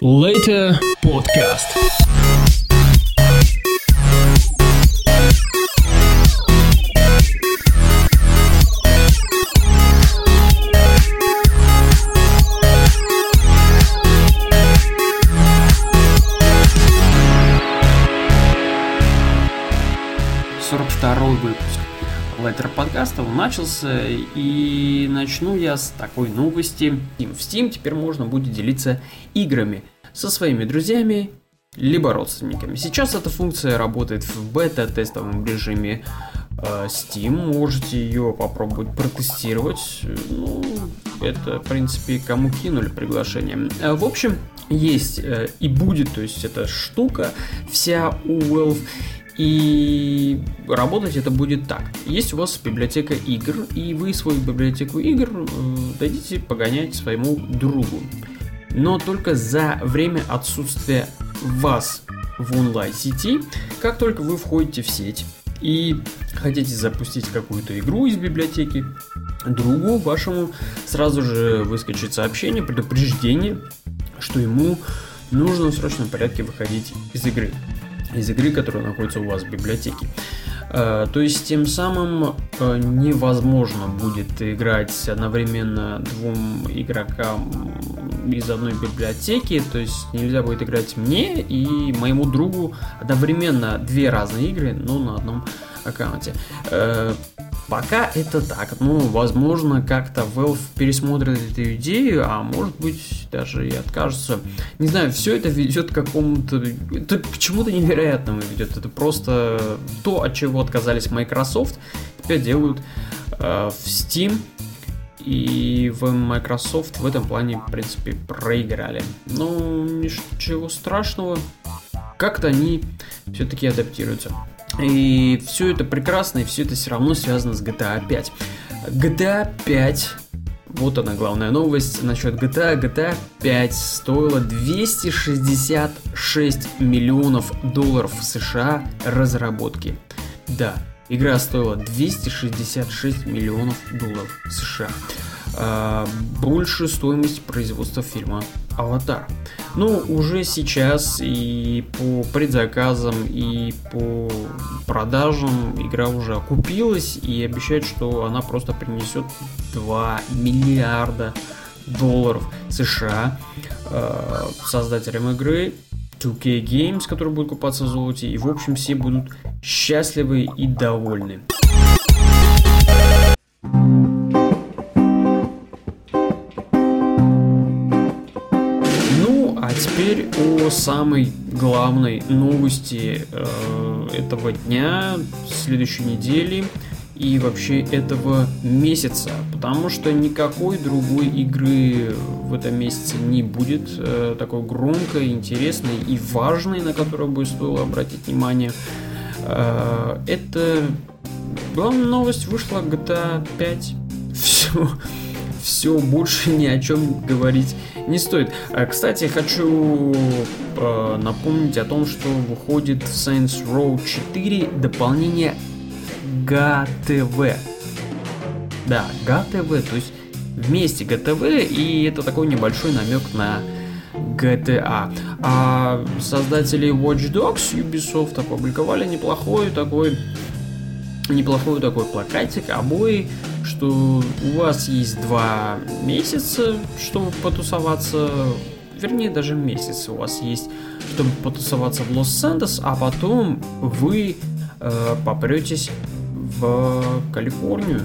Later Podcast. Второй выпуск Later подкаста начался, и начну я с такой новости. В Steam теперь можно будет делиться играми со своими друзьями либо родственниками. Сейчас эта функция работает в бета-тестовом режиме Steam. Можете ее попробовать протестировать. Это, в принципе, кому кинули приглашение. В общем, есть и будет, то есть эта штука вся у Valve. И работать это будет так. Есть у вас библиотека игр, и вы свою библиотеку игр дадите погонять своему другу. Но только за время отсутствия вас в онлайн-сети. Как только вы входите в сеть и хотите запустить какую-то игру из библиотеки, другу вашему сразу же выскочит сообщение, предупреждение, что ему нужно в срочном порядке выходить из игры, которая находится у вас в библиотеке. То есть тем самым невозможно будет играть одновременно двум игрокам из одной библиотеки. То есть нельзя будет играть мне и моему другу одновременно две разные игры, но на одном аккаунте. Пока это так, возможно, как-то Valve пересмотрит эту идею, а может быть даже и откажется. Не знаю, все это ведет к к чему-то невероятному ведет. Это просто то, от чего отказались Microsoft, теперь делают в Steam. И в Microsoft в этом плане, в принципе, проиграли. Но ничего страшного, как-то они все-таки адаптируются. И все это прекрасно, и все это все равно связано с GTA 5. GTA 5, вот она главная новость насчет GTA. GTA 5 стоила $266 миллионов США разработки. Да, игра стоила $266 миллионов США. Больше стоимости производства фильма «Аватар». Уже сейчас и по предзаказам, и по продажам игра уже окупилась и обещает, что она просто принесет $2 миллиарда США создателям игры 2K Games, которые будут купаться в золоте, и в общем все будут счастливы и довольны. Теперь о самой главной новости этого дня, следующей недели и вообще этого месяца, потому что никакой другой игры в этом месяце не будет такой громкой, интересной и важной, на которую бы стоило обратить внимание. Это главная новость: вышла GTA 5. Все, больше ни о чем говорить не стоит. Кстати, хочу напомнить о том, что выходит в Saints Row 4 дополнение GTV. Да, GTV, то есть вместе GTV, и это такой небольшой намек на GTA. А создатели Watch Dogs Ubisoft опубликовали неплохой такой плакатик, обои, что у вас есть 2 месяца, чтобы потусоваться, вернее даже месяц у вас есть, чтобы потусоваться в Лос-Сантос, а потом вы попретесь в Калифорнию,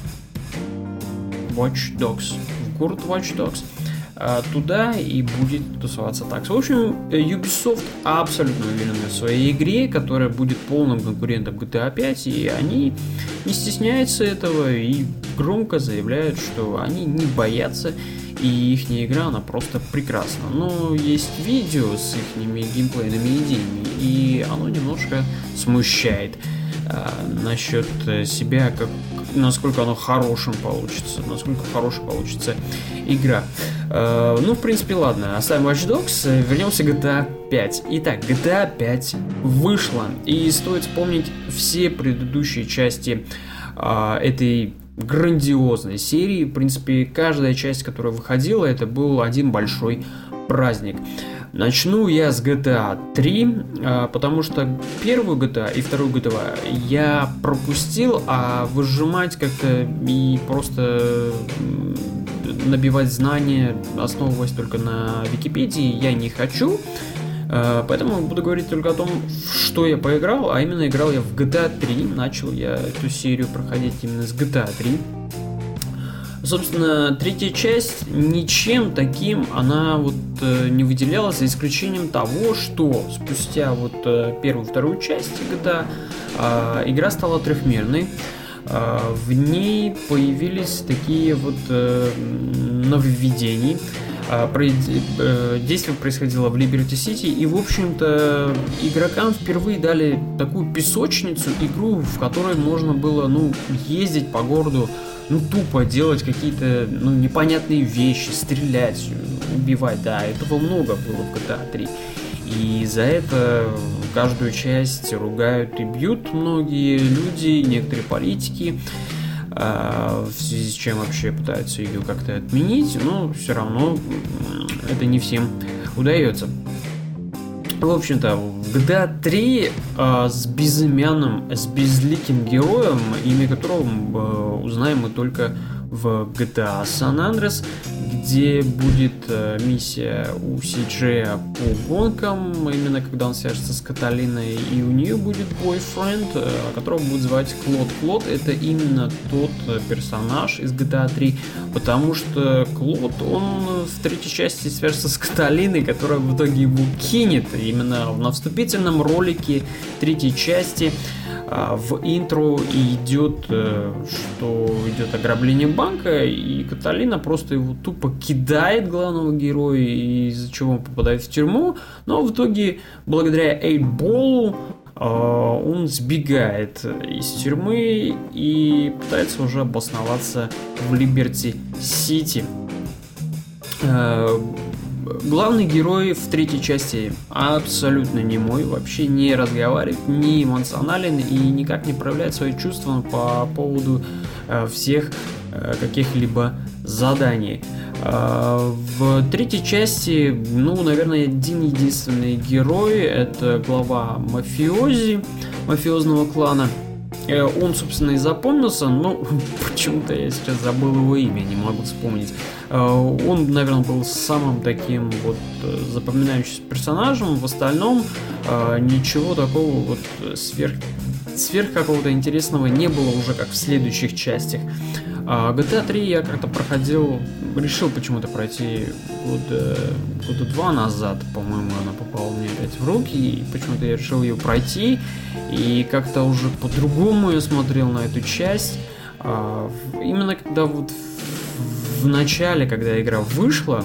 в город Watch Dogs, туда и будет тусоваться так. В общем, Ubisoft абсолютно уверены в своей игре, которая будет полным конкурентом GTA 5, и они не стесняются этого и громко заявляют, что они не боятся, и их игра, она просто прекрасна. Но есть видео с их геймплейными идеями, и оно немножко смущает насчет себя, насколько хорошей получится игра. В принципе, ладно, оставим Watch Dogs, вернемся к GTA 5. Итак, GTA 5 вышла, и стоит вспомнить все предыдущие части этой грандиозной серии. В принципе, каждая часть, которая выходила, это был один большой праздник. Начну я с GTA 3, потому что первую GTA и вторую GTA я пропустил, а выжимать как-то и просто набивать знания, основываясь только на Википедии, я не хочу. Поэтому буду говорить только о том, что я поиграл, а именно играл я в GTA 3. Начал я эту серию проходить именно с GTA 3. Собственно, третья часть ничем таким она вот не выделялась, за исключением того, что спустя вот первую и вторую часть GTA игра стала трехмерной. В ней появились такие вот нововведения. Действие происходило в Либерти Сити, и, в общем-то, игрокам впервые дали такую песочницу, игру, в которой можно было, ездить по городу, тупо делать какие-то, непонятные вещи, стрелять, убивать, да, этого много было в GTA 3. И за это каждую часть ругают и бьют многие люди, некоторые политики, в связи с чем вообще пытаются ее как-то отменить, но все равно это не всем удается. В общем-то, в GTA 3 с безымянным, с безликим героем, имя которого узнаем мы только в GTA San Andreas, где будет миссия у Си-Джея по гонкам, именно когда он свяжется с Каталиной, и у нее будет бойфренд, которого будет звать Клод. Клод — это именно тот персонаж из GTA 3, потому что Клод, он в третьей части свяжется с Каталиной, которая в итоге его кинет. Именно на вступительном ролике третьей части в интро идет, что идет ограбление банка, и Каталина просто его тупо кидает, главного героя, из-за чего он попадает в тюрьму, но в итоге, благодаря 8-Ball, он сбегает из тюрьмы и пытается уже обосноваться в Либерти Сити. Главный герой в третьей части абсолютно немой, вообще не разговаривает, не эмоционален и никак не проявляет свои чувства по поводу всех каких-либо заданий. В третьей части, наверное, один-единственный герой — это глава мафиозного клана. Он, собственно, и запомнился, но почему-то я сейчас забыл его имя, не могу вспомнить. Он, наверное, был самым таким вот запоминающимся персонажем. В остальном ничего такого вот сверх какого-то интересного не было уже, как в следующих частях. GTA 3 я как-то решил почему-то пройти года 2 назад, по-моему, она попала мне опять в руки, и почему-то я решил ее пройти, и как-то уже по-другому я смотрел на эту часть. Именно когда вот в начале, когда игра вышла,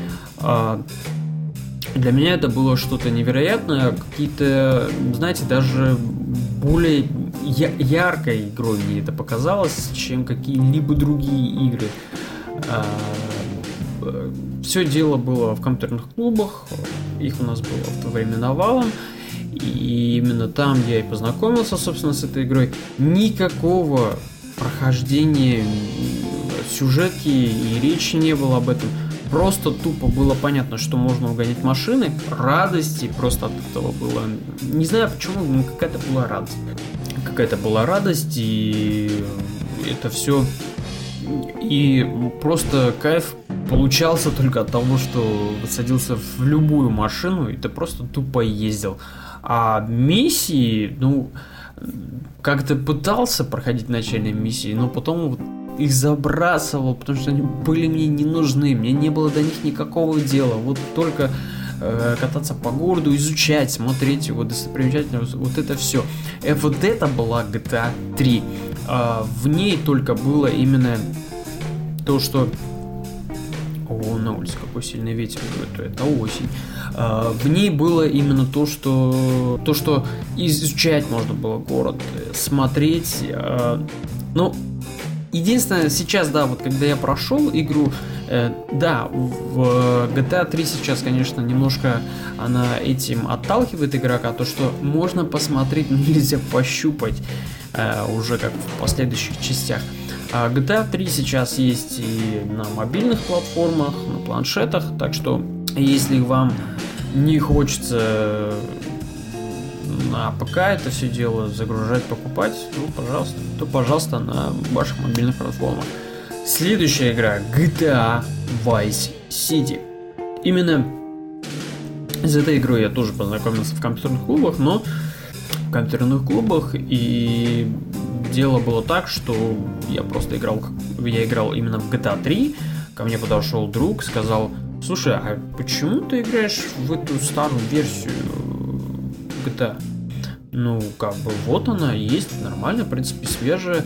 для меня это было что-то невероятное, какие-то, знаете, даже более яркой игрой мне это показалось, чем какие-либо другие игры. Все дело было в компьютерных клубах, их у нас было в то время навалом, и именно там я и познакомился, собственно, с этой игрой. Никакого прохождения сюжетки и речи не было об этом. Просто тупо было понятно, что можно угонять машины. Радости просто от этого было. Не знаю почему, но какая-то была радость. Какая-то была радость, и это все. И просто кайф получался только от того, что садился в любую машину, и ты просто тупо ездил. А миссии, как-то пытался проходить начальные миссии, но потом вот их забрасывал, потому что они были мне не нужны, мне не было до них никакого дела, вот только кататься по городу, изучать, смотреть его достопримечательности, вот это все. Вот это была GTA 3. В ней только было именно то, что... на улице какой сильный ветер, это осень. В ней было именно то, что изучать можно было город, смотреть. Единственное, сейчас, да, вот когда я прошел игру, да, в GTA 3 сейчас, конечно, немножко она этим отталкивает игрока, то, что можно посмотреть, но нельзя пощупать, уже как в последующих частях. GTA 3 сейчас есть и на мобильных платформах, на планшетах, так что если вам не хочется на ПК это все дело загружать, покупать, то пожалуйста на ваших мобильных платформах. Следующая игра GTA Vice City. Именно с этой игрой я тоже познакомился в компьютерных клубах, и дело было так, что я играл именно в GTA 3, ко мне подошел друг, сказал: слушай, а почему ты играешь в эту старую версию GTA? Ну, вот она есть, нормально, в принципе, свежая.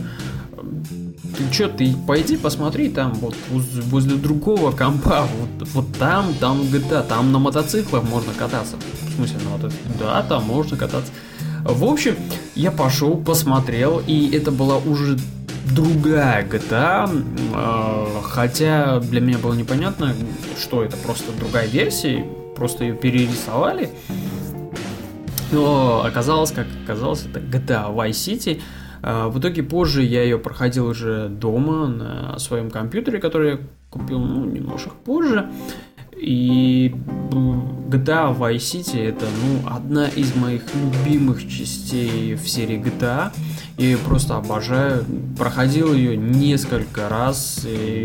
Ты пойди посмотри, там вот возле другого компа, вот там GTA, там на мотоциклах можно кататься. В смысле, на мотоциклах? Да, там можно кататься. В общем, я пошел, посмотрел, и это была уже другая GTA, хотя для меня было непонятно, что это просто другая версия, просто ее перерисовали. Но оказалось, это GTA Vice City. В итоге позже я ее проходил уже дома на своем компьютере, который я купил немножко позже. И GTA Vice City это одна из моих любимых частей в серии GTA. Я ее просто обожаю. Проходил ее несколько раз.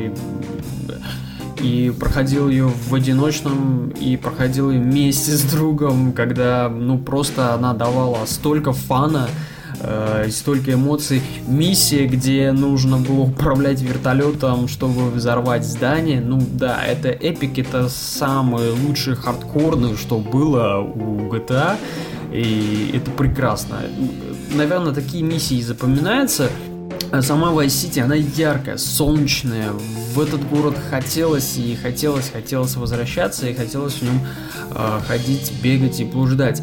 И проходил ее в одиночном, и проходил ее вместе с другом, когда просто она давала столько фана, столько эмоций. Миссия, где нужно было управлять вертолетом, чтобы взорвать здание. Это эпик, это самое лучшее хардкорное, что было у GTA, и это прекрасно. Наверное, такие миссии запоминаются. Сама Vice City, она яркая, солнечная. В этот город хотелось возвращаться, и хотелось в нем ходить, бегать и блуждать.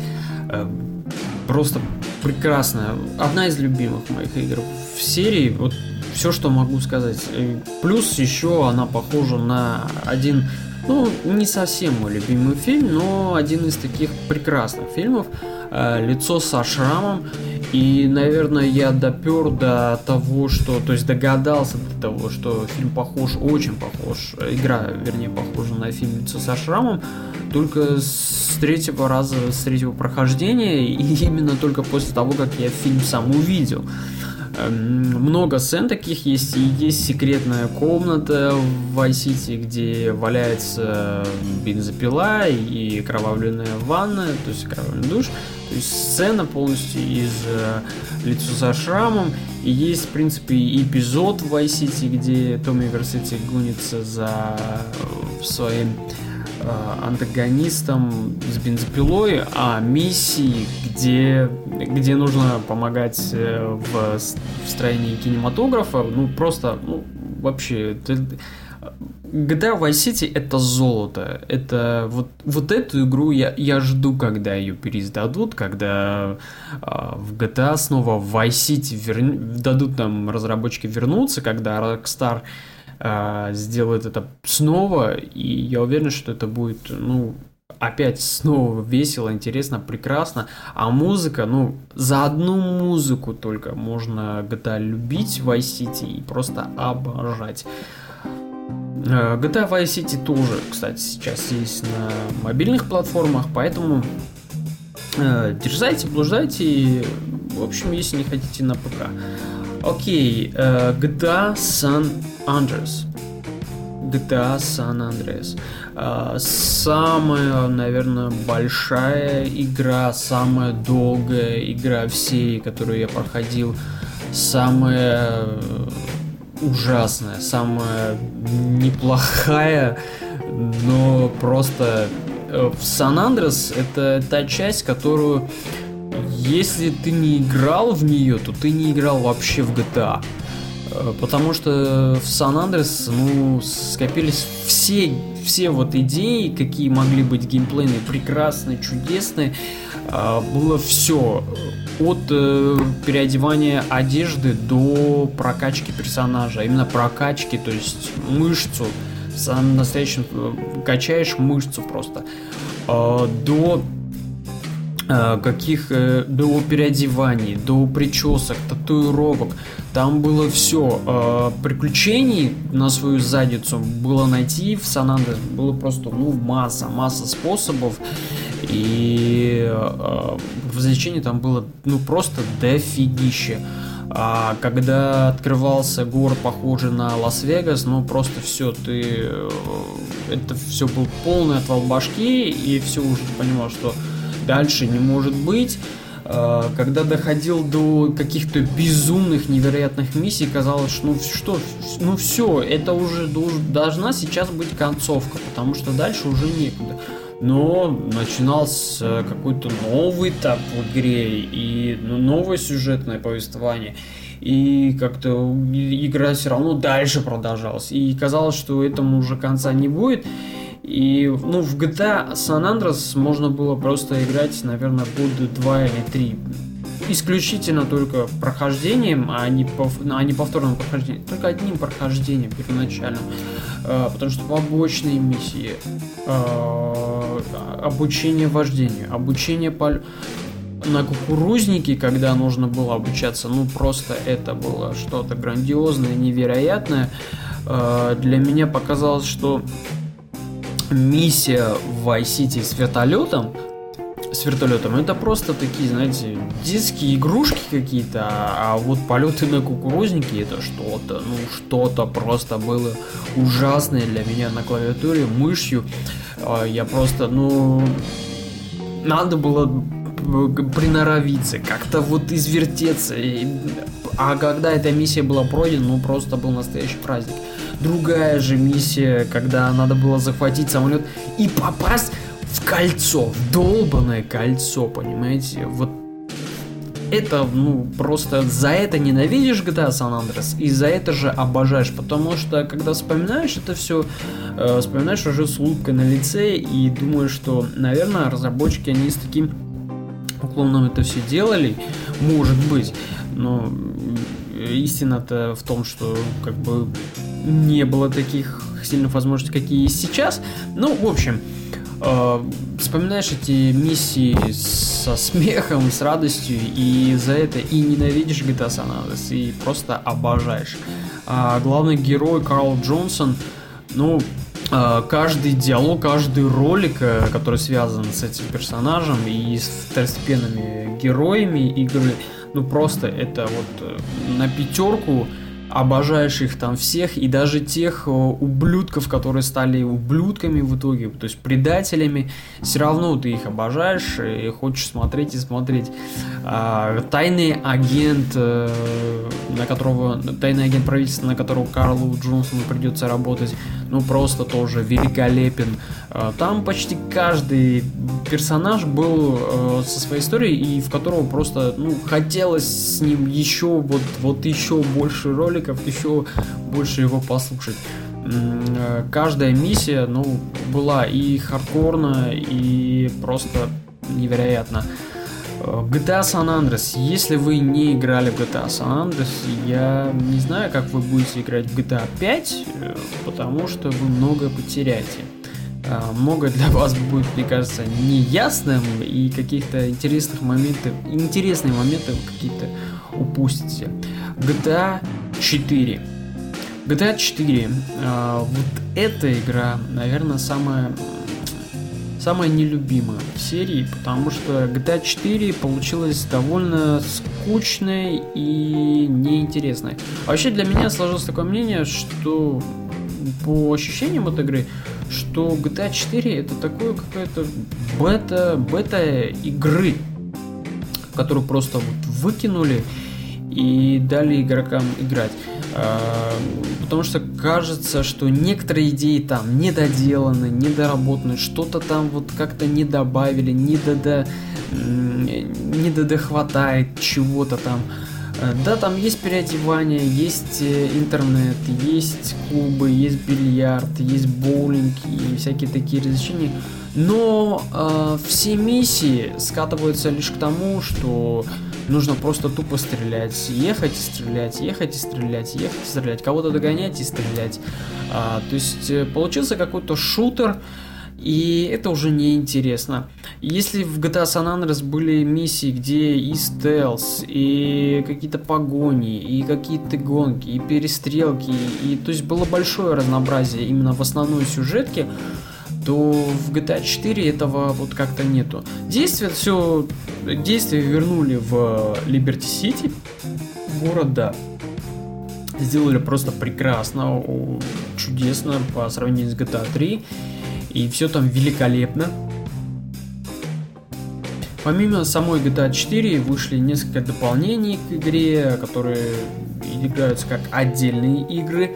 Просто прекрасная. Одна из любимых моих игр в серии. Вот все, что могу сказать. Плюс еще она похожа на один, не совсем мой любимый фильм, но один из таких прекрасных фильмов. «Лицо со шрамом». И, наверное, я допер до того, догадался до того, что фильм очень похож, игра, вернее, похожа на фильм «Лицо со шрамом», только с третьего прохождения, и именно только после того, как я фильм сам увидел. Много сцен таких есть, и есть секретная комната в Vice City, где валяется бензопила и окровавленная ванна, то есть окровавленный душ. То есть сцена полностью из «Лицо со шрамом». И есть, в принципе, эпизод в Vice City, где Томми Версетти гонится за своим антагонистом с бензопилой, а миссии, где нужно помогать в строении кинематографа, вообще... GTA Vice City это золото. Это вот эту игру я жду, когда ее переиздадут, когда в GTA снова в Vice City дадут нам разработчики вернуться, когда Rockstar сделает это снова, и я уверен, что это будет, опять снова весело, интересно, прекрасно. А музыка, за одну музыку только можно GTA любить в Vice City и просто обожать. GTA Vice City тоже, кстати, сейчас есть на мобильных платформах, поэтому дерзайте, блуждайте, в общем, если не хотите на ПК. Окей, GTA San Andreas. GTA San Andreas. Самая, наверное, большая игра, самая долгая игра в серии, которую я проходил, самая ужасная, самая неплохая, но просто San Andreas это та часть, которую, если ты не играл в нее, то ты не играл вообще в GTA. Потому что в San Andreas, скопились все вот идеи, какие могли быть геймплейные, прекрасные, чудесные. Было все. От переодевания одежды до прокачки персонажа. А именно прокачки, то есть мышцу. В самом настоящем качаешь мышцу просто. До переодеваний, до причесок, татуировок. Там было все. Приключений на свою задницу было найти в San Andreas. Было просто масса способов. И развлечений там было просто дофигища. А когда открывался город, похожий на Лас-Вегас, просто все, это все был полный отвал башки, и все уже понимал, что дальше не может быть. Когда доходил до каких-то безумных, невероятных миссий, казалось, что все, это уже должна сейчас быть концовка, потому что дальше уже некуда. Но начинался какой-то новый этап в игре и новое сюжетное повествование. И как-то игра все равно дальше продолжалась. И казалось, что этому уже конца не будет. И в GTA San Andreas можно было просто играть, наверное, года 2 или 3. Исключительно только прохождением, а не повторным прохождением. Только одним прохождением первоначальным. Потому что побочные миссии, обучение вождению, обучение на кукурузнике, когда нужно было обучаться, просто это было что-то грандиозное, невероятное. Для меня показалось, что миссия в Vice City с вертолетом это просто такие, знаете, детские игрушки какие-то, а вот полеты на кукурузнике это что-то просто было ужасное для меня на клавиатуре, мышью. Я просто, надо было приноровиться, как-то вот извертеться. А когда эта миссия была пройдена, просто был настоящий праздник. Другая же миссия, когда надо было захватить самолет и попасть в кольцо, в долбанное кольцо, понимаете? Вот это, просто за это ненавидишь GTA San Andreas и за это же обожаешь, потому что, когда вспоминаешь это все, вспоминаешь уже с улыбкой на лице и думаешь, что, наверное, разработчики, они с таким уклоном это все делали, может быть, но истина-то в том, что, не было таких сильных возможностей, какие есть сейчас. В общем, вспоминаешь эти миссии со смехом, с радостью, и за это и ненавидишь GTA San Andreas, и просто обожаешь. Главный герой Карл Джонсон, каждый диалог, каждый ролик, который связан с этим персонажем и с второстепенными героями игры, просто это вот на 5. Обожаешь их там всех, и даже тех ублюдков, которые стали ублюдками в итоге, то есть предателями, все равно ты их обожаешь и хочешь смотреть и смотреть. Тайный агент правительства, на которого Карлу Джонсону придется работать, просто тоже великолепен. Там почти каждый персонаж был со своей историей, и в которого просто, хотелось с ним еще еще больше роликов, еще больше его послушать. Каждая миссия, была и хардкорная, и просто невероятно. GTA San Andreas. Если вы не играли в GTA San Andreas, я не знаю, как вы будете играть в GTA 5, потому что вы многое потеряете. Многое для вас будет, мне кажется, неясным, и каких-то интересные моменты вы какие-то упустите. GTA 4. GTA 4. Вот эта игра, наверное, самая нелюбимая в серии, потому что GTA 4 получилась довольно скучной и неинтересной. Вообще для меня сложилось такое мнение, что по ощущениям от игры, что GTA 4 это такое какая-то бета игры, которую просто выкинули и дали игрокам играть. Потому что кажется, что некоторые идеи там недоделаны, недоработаны, что-то там как-то не добавили, не дохватает чего-то там. Да, там есть переодевание, есть интернет, есть клубы, есть бильярд, есть боулинг и всякие такие развлечения. Но все миссии скатываются лишь к тому, что нужно просто тупо стрелять, ехать и стрелять, ехать и стрелять, ехать и стрелять, кого-то догонять и стрелять. То есть получился какой-то шутер, и это уже не интересно. Если в GTA San Andreas были миссии, где и стелс, и какие-то погони, и какие-то гонки, и перестрелки, и то есть было большое разнообразие именно в основной сюжетке, то в GTA 4 этого вот как-то нету. Действия вернули в Liberty City, город, да. Сделали просто прекрасно, чудесно по сравнению с GTA 3. И все там великолепно. Помимо самой GTA 4 вышли несколько дополнений к игре, которые играются как отдельные игры.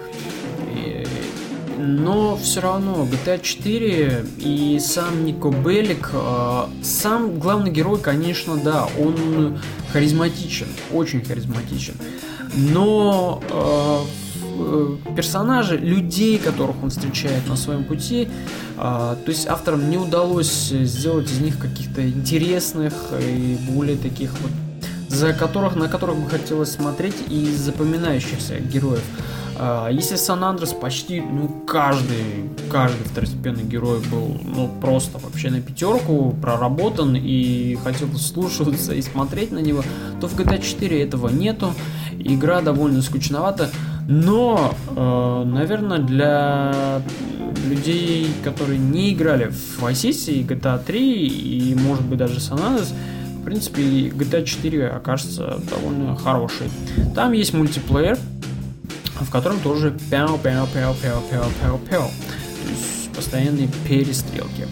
Но все равно GTA 4 и сам Нико Беллик, сам главный герой, конечно, да, он харизматичен, очень харизматичен. Но персонажи, людей, которых он встречает на своем пути, то есть авторам не удалось сделать из них каких-то интересных и более таких вот, на которых бы хотелось смотреть, и запоминающихся героев. Если Сан-Андреас почти, каждый второстепенный герой был, просто вообще на пятерку проработан и хотел слушаться и смотреть на него, то в GTA 4 этого нету. Игра довольно скучновата, но, наверное, для людей, которые не играли в Vice City, GTA 3 и, может быть, даже Сан-Андреас, в принципе, GTA 4 окажется довольно хорошей. Там есть мультиплеер, в котором тоже пяу-пяу-пяу-пяу-пяу-пяу-пяу. То есть постоянные перестрелки.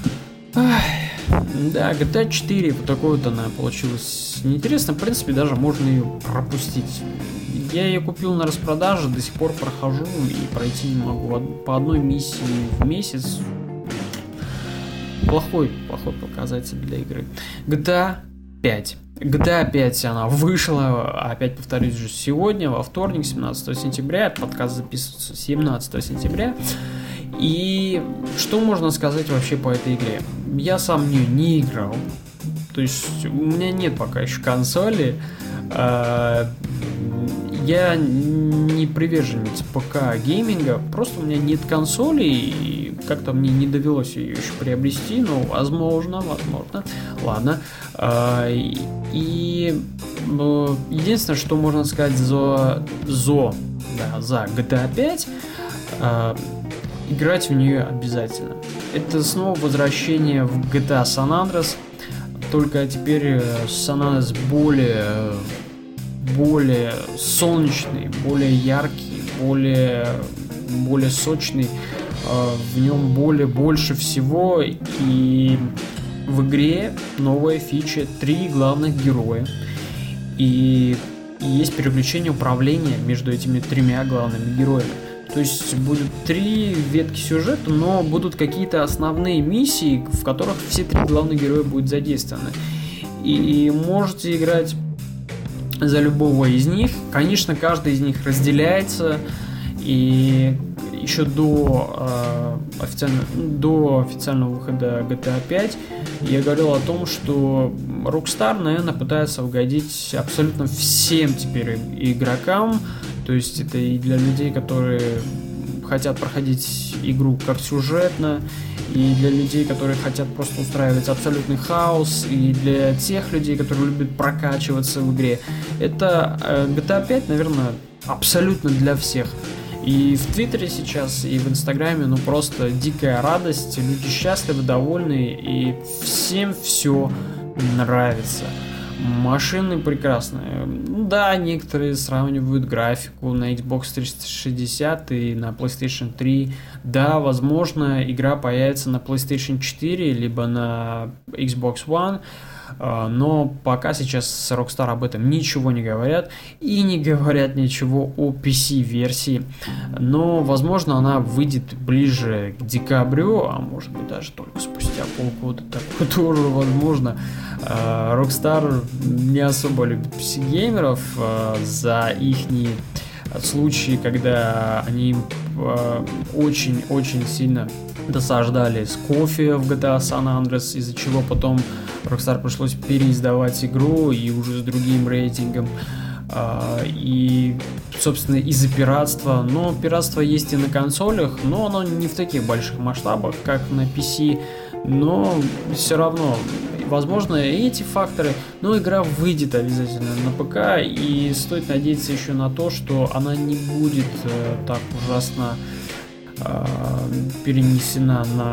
Да, GTA 4 вот такой вот она получилась неинтересно. В принципе, даже можно ее пропустить. Я ее купил на распродаже, до сих пор прохожу и пройти не могу. По одной миссии в месяц. Плохой показатель для игры. GTA 5. GTA 5 она вышла, опять повторюсь, уже сегодня, во вторник, 17 сентября. Подкаст записывается 17 сентября. И что можно сказать вообще по этой игре? Я сам в нее не играл. То есть у меня нет пока еще консоли. Я не приверженец ПК-гейминга. Просто у меня нет консоли, и как-то мне не довелось ее еще приобрести. Но возможно. Ладно. И единственное, что можно сказать за GTA 5, играть в нее обязательно. Это снова возвращение в GTA San Andreas, только теперь San Andreas более солнечный, более яркий, более сочный, в нем больше всего, и в игре новая фича, 3 главных героя, и есть переключение управления между этими 3 главными героями. То есть будут 3 ветки сюжета, но будут какие-то основные миссии, в которых все 3 главных героя будут задействованы. И можете играть за любого из них. Конечно, каждый из них разделяется. И еще до официального выхода GTA 5 я говорил о том, что Rockstar, наверное, пытается угодить абсолютно всем теперь игрокам. То есть это и для людей, которые хотят проходить игру как сюжетно, и для людей, которые хотят просто устраивать абсолютный хаос, и для тех людей, которые любят прокачиваться в игре. Это GTA 5, наверное, абсолютно для всех. И в Твиттере сейчас, и в Инстаграме, просто дикая радость, люди счастливы, довольны, и всем все нравится. Машины прекрасные. Да, некоторые сравнивают графику на Xbox 360 и на PlayStation 3. Да, возможно, игра появится на PlayStation 4, либо на Xbox One. Но пока сейчас Rockstar об этом ничего не говорят. И не говорят ничего о PC-версии. Но, возможно, она выйдет ближе к декабрю, а может быть даже только спустя полгода. Такое тоже возможно. Rockstar не особо любит PC-геймеров за ихние случаи, когда они очень-очень сильно досаждали с кофе в GTA San Andreas, из-за чего потом Rockstar пришлось переиздавать игру и уже с другим рейтингом. И, собственно, из-за пиратства. Но пиратство есть и на консолях, но оно не в таких больших масштабах, как на PC. Но все равно, возможно, эти факторы. Но игра выйдет обязательно на ПК, и стоит надеяться еще на то, что она не будет так ужасно перенесена на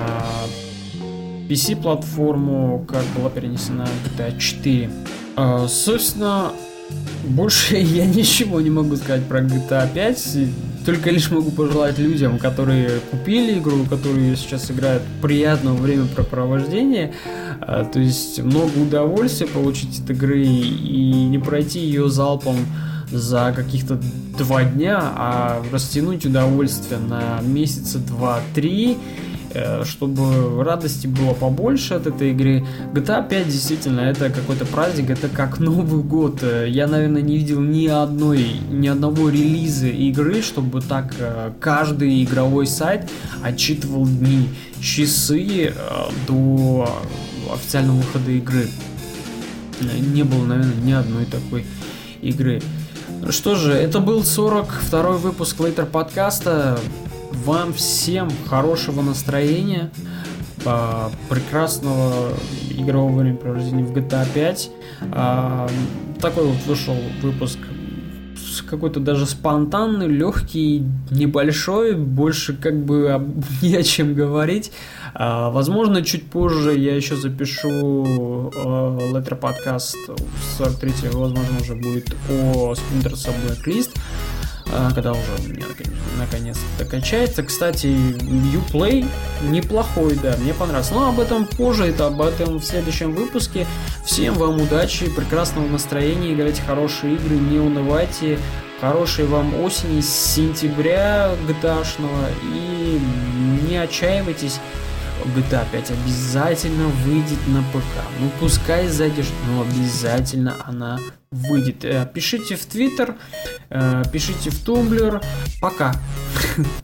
PC-платформу, как была перенесена GTA 4. Собственно, больше я ничего не могу сказать про GTA 5. Только лишь могу пожелать людям, которые купили игру, которые сейчас играют, приятного времяпрепровождения. То есть много удовольствия получить от игры и не пройти ее залпом за каких-то 2 дня, а растянуть удовольствие на месяца 2-3, чтобы радости было побольше от этой игры. GTA 5 действительно это какой-то праздник, это как Новый год. Я, наверное, не видел ни одного релиза игры, чтобы так каждый игровой сайт отчитывал дни, часы до официального выхода игры. Не было, наверное, ни одной такой игры. Что же, это был 42-й выпуск Later подкаста. Вам всем хорошего настроения, прекрасного игрового времяпровождения в GTA 5. Такой вот вышел выпуск какой-то даже спонтанный, легкий, небольшой, больше как бы не о чем говорить. Возможно, чуть позже я еще запишу Later подкаст 43-й, возможно, уже будет о Splinter Cell Blacklist, когда уже у меня наконец-то качается. Кстати, Uplay неплохой, да, мне понравился. Но об этом позже, об этом в следующем выпуске. Всем вам удачи, прекрасного настроения, играйте хорошие игры, не унывайте. Хорошей вам осени, с сентября GTA-шного, и не отчаивайтесь. GTA 5 обязательно выйдет на ПК. Ну, пускай задержит, но обязательно она выйдет. Пишите в Twitter, пишите в Tumblr. Пока.